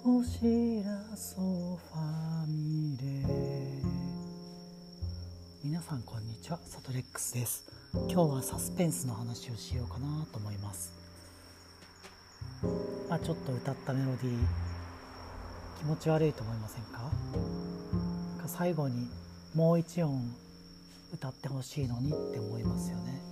おしらそうファミレ。皆さんこんにちは、サトレックスです。今日はサスペンスの話をしようかなと思います。ちょっと歌ったメロディー気持ち悪いと思いませんか？最後にもう一音歌ってほしいのにって思いますよね。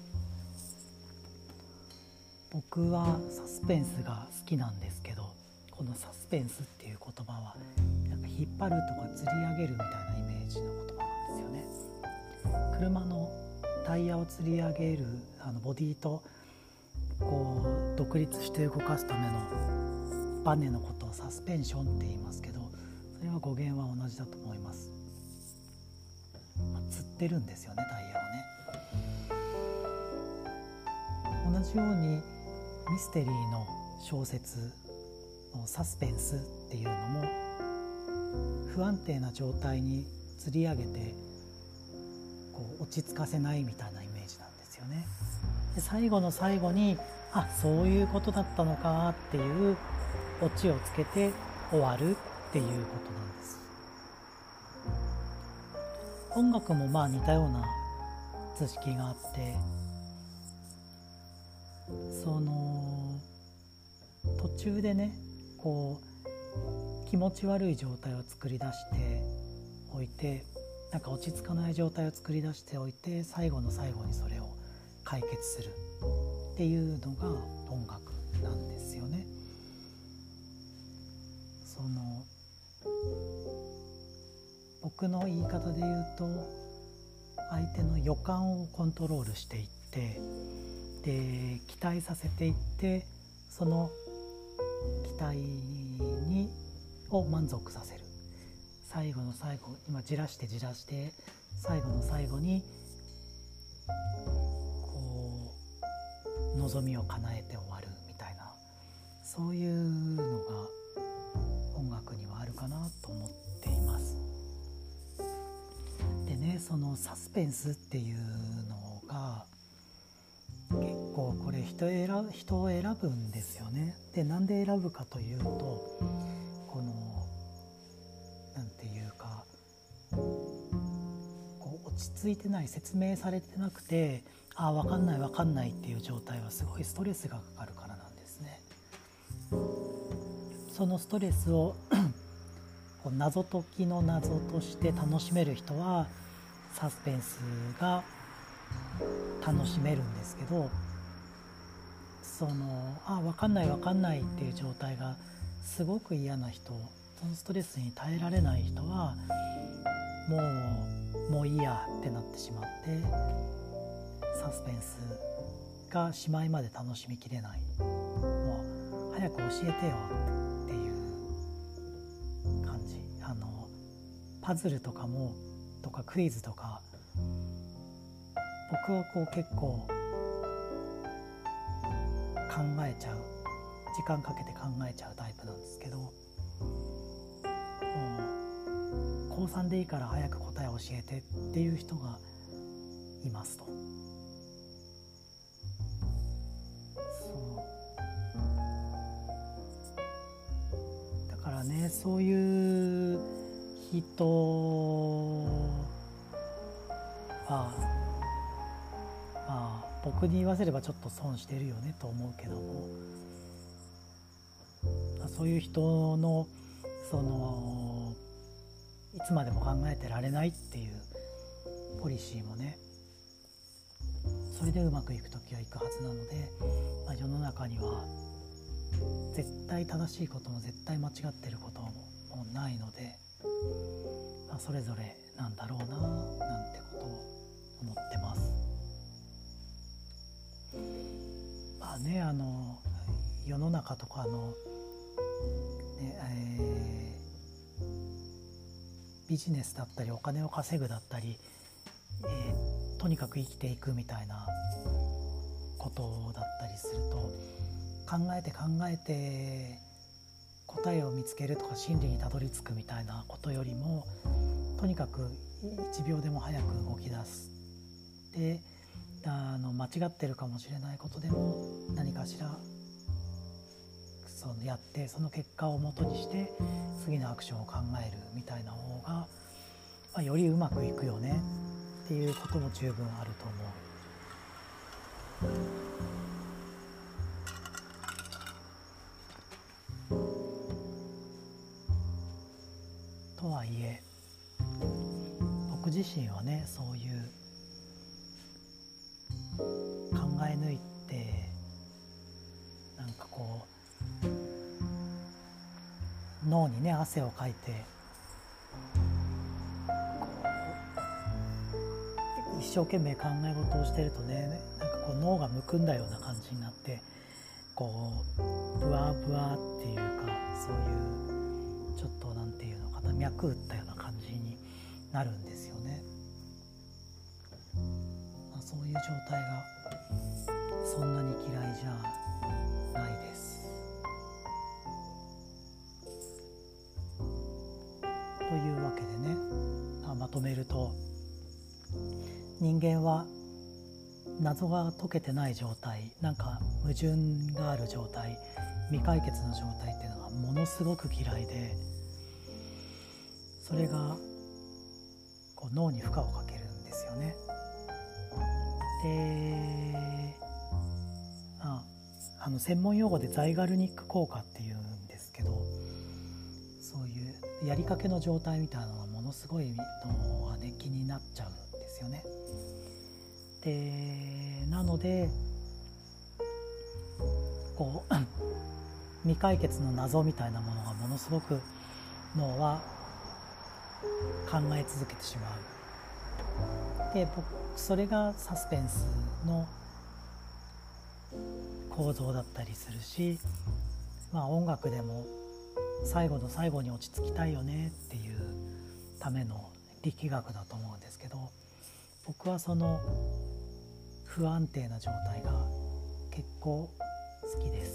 僕はサスペンスが好きなんですけど、このサスペンスっていう言葉はなんか引っ張るとか吊り上げるみたいなイメージの言葉なんですよね。車のタイヤを吊り上げるボディとこう独立して動かすためのバネのことをサスペンションって言いますけど、それは語源は同じだと思います。吊ってるんですよね、タイヤをね。同じようにミステリーの小説のサスペンスっていうのも不安定な状態に吊り上げてこう落ち着かせないみたいなイメージなんですよね。で最後の最後にそういうことだったのかっていうオチをつけて終わるっていうことなんです。音楽も似たような図式があって、その途中でねこう気持ち悪い状態を作り出しておいて、なんか落ち着かない状態を作り出しておいて、最後の最後にそれを解決するっていうのが音楽なんですよね。その僕の言い方で言うと、相手の予感をコントロールしていって、で期待させていって、その期待を満足させる。最後の最後、今じらして最後の最後にこう望みを叶えて終わるみたいな、そういうのが音楽にはあるかなと思っています。でね、そのサスペンスっていうのが結構これ人を選ぶんですよね。でなんで選ぶかというと、このなんていうかこう落ち着いてない、説明されてなくて分かんないっていう状態はすごいストレスがかかるからなんですね。そのストレスをこう謎解きの謎として楽しめる人はサスペンスが楽しめるんですけど、その分かんないっていう状態がすごく嫌な人、そのストレスに耐えられない人はもういいやってなってしまって、サスペンスがしまいまで楽しみきれない、もう早く教えてよっていう感じ。パズルとかクイズとか、僕はこう結構考えちゃう、時間かけて考えちゃうタイプなんですけど、もう高3でいいから早く答え教えてっていう人がいますと。だからね、そういう人は僕に言わせればちょっと損してるよねと思うけども、そういう人のいつまでも考えてられないっていうポリシーもね、それでうまくいく時はいくはずなので、世の中には絶対正しいことも絶対間違ってることもないので、それぞれなんだろうななんてことを思ってます。世の中とかビジネスだったりお金を稼ぐだったり、とにかく生きていくみたいなことだったりすると、考えて答えを見つけるとか真理にたどり着くみたいなことよりも、とにかく1秒でも早く動き出す。で間違ってるかもしれないことでも何かしらそのやって、その結果をもとにして次のアクションを考えるみたいな方が、よりうまくいくよねっていうことも十分あると思う。とはいえ僕自身はね、そういう考え抜いてなんかこう脳にね汗をかいて一生懸命考え事をしてるとね、なんかこう脳がむくんだような感じになって、こうブワーブワーっていうか、そういうちょっとなんていうのかな、脈打ったような感じになるんですよね。そういう状態がそんなに嫌いじゃないです。というわけでね、まとめると、人間は謎が解けてない状態、なんか矛盾がある状態、未解決の状態っていうのがものすごく嫌いで、それがこう脳に負荷をかけるんですよね。で、専門用語でザイガルニック効果っていうんですけど、そういうやりかけの状態みたいなのがものすごいのがね気になっちゃうんですよね。でなのでこう未解決の謎みたいなものがものすごく脳は考え続けてしまう。でそれがサスペンスの構造だったりするし、音楽でも最後の最後に落ち着きたいよねっていうための力学だと思うんですけど、僕はその不安定な状態が結構好きです。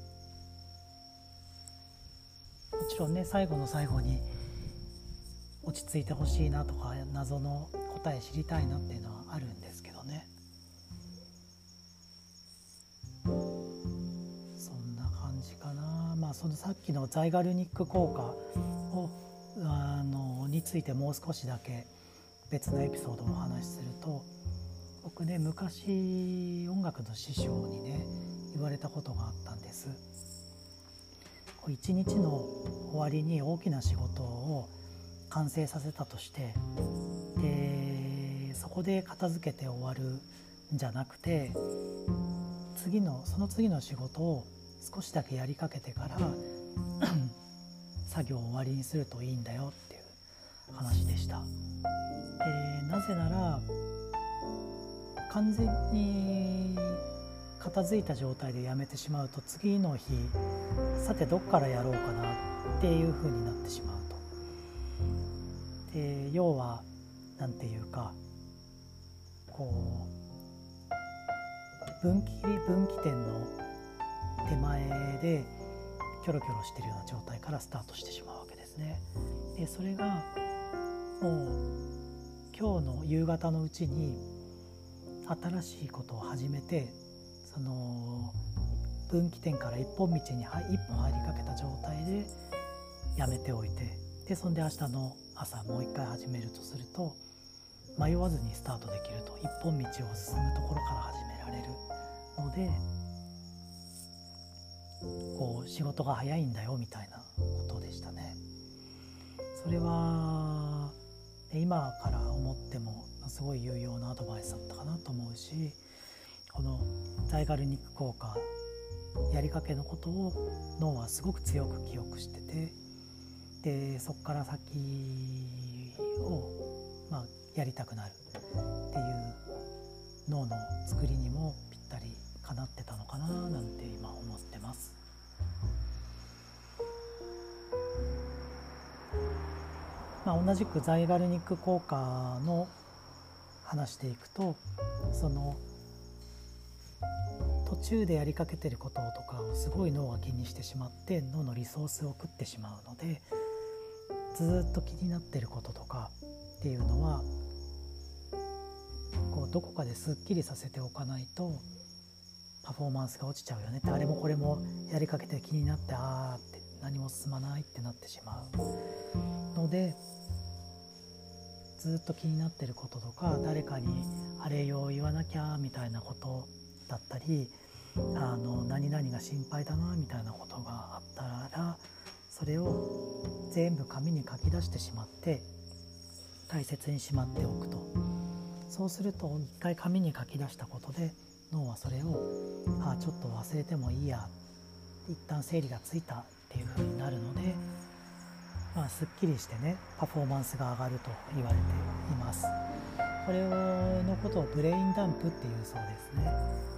もちろんね、最後の最後に落ち着いてほしいなとか、謎の答え知りたいなっていうのはあるんですけどね。そんな感じかな。そのさっきのザイガルニック効果をについてもう少しだけ別のエピソードをお話しすると、僕ね、昔音楽の師匠にね言われたことがあったんです。一日の終わりに大きな仕事を完成させたとして、でそこで片付けて終わるんじゃなくて、その次の仕事を少しだけやりかけてから作業を終わりにするといいんだよっていう話でした。なぜなら完全に片付いた状態でやめてしまうと、次の日さてどっからやろうかなっていう風になってしまうと。で要はなんていうか、こう分岐点の手前でキョロキョロしてるような状態からスタートしてしまうわけですね。でそれがもう今日の夕方のうちに新しいことを始めて、その分岐点から一本道に一歩入りかけた状態でやめておいて、でそんで明日の朝もう一回始めるとすると、迷わずにスタートできると、一本道を進むところから始められるので、こう仕事が早いんだよみたいなことでしたね。それは今から思ってもすごい有用なアドバイスだったかなと思うし、このザイガルニック効果、やりかけのことを脳はすごく強く記憶してて、でそこから先を、やりたくなるっていう脳の作りにもぴったりかなってたのかななんて今思ってます。同じくザイガルニック効果の話でいくと、その途中でやりかけてることとかをすごい脳が気にしてしまって脳のリソースを食ってしまうので、ずっと気になってることとかっていうのはこうどこかですっきりさせておかないと、 パフォーマンスが落ちちゃうよねって、あれもこれもやりかけて気になって、あーって何も進まないってなってしまうので、ずっと気になってることとか、誰かにあれを言わなきゃみたいなことだったり、何々が心配だなみたいなことがあったら、それを全部紙に書き出してしまって大切にしまっておくと。そうすると一回紙に書き出したことで脳はそれをちょっと忘れてもいいや、一旦整理がついたっていう風になるので、すっきりしてね、パフォーマンスが上がると言われています。これのことをブレインダンプっていうそうですね。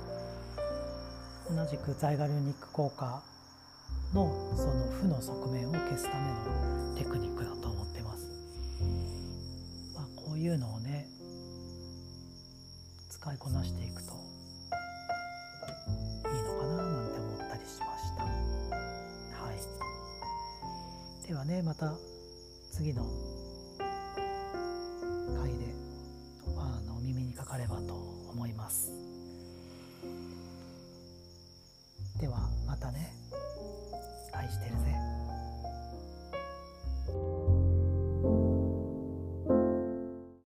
同じくザイガルニック効果のその負の側面を消すためのテクニックだと思ってます。こういうのをね、使いこなしていくといいのかななんて思ったりしました。はい。ではね、また次の回でお耳にかかればと思います。ではまたね。